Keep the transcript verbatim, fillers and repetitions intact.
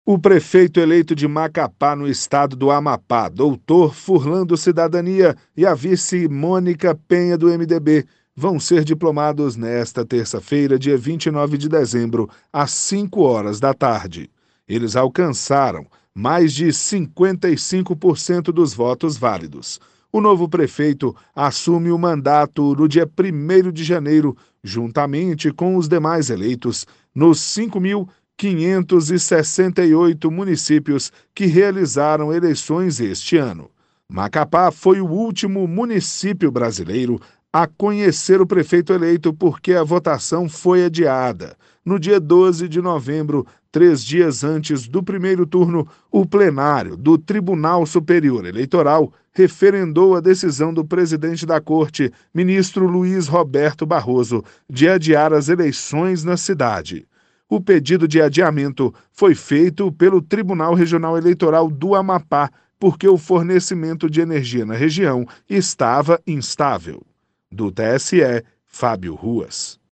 O prefeito eleito de Macapá, no estado do Amapá, doutor Furlando Cidadania, e a vice Mônica Penha, do M D B, vão ser diplomados nesta terça-feira, dia vinte e nove de dezembro, às cinco horas da tarde. Eles alcançaram mais de cinquenta e cinco por cento dos votos válidos. O novo prefeito assume o mandato no dia primeiro de janeiro, juntamente com os demais eleitos, nos cinco mil quinhentos e sessenta e oito municípios que realizaram eleições este ano. Macapá foi o último município brasileiro a conhecer o prefeito eleito porque a votação foi adiada. No dia doze de novembro, três dias antes do primeiro turno, o plenário do Tribunal Superior Eleitoral referendou a decisão do presidente da Corte, ministro Luiz Roberto Barroso, de adiar as eleições na cidade. O pedido de adiamento foi feito pelo Tribunal Regional Eleitoral do Amapá, porque o fornecimento de energia na região estava instável. Do T S E, Fábio Ruas.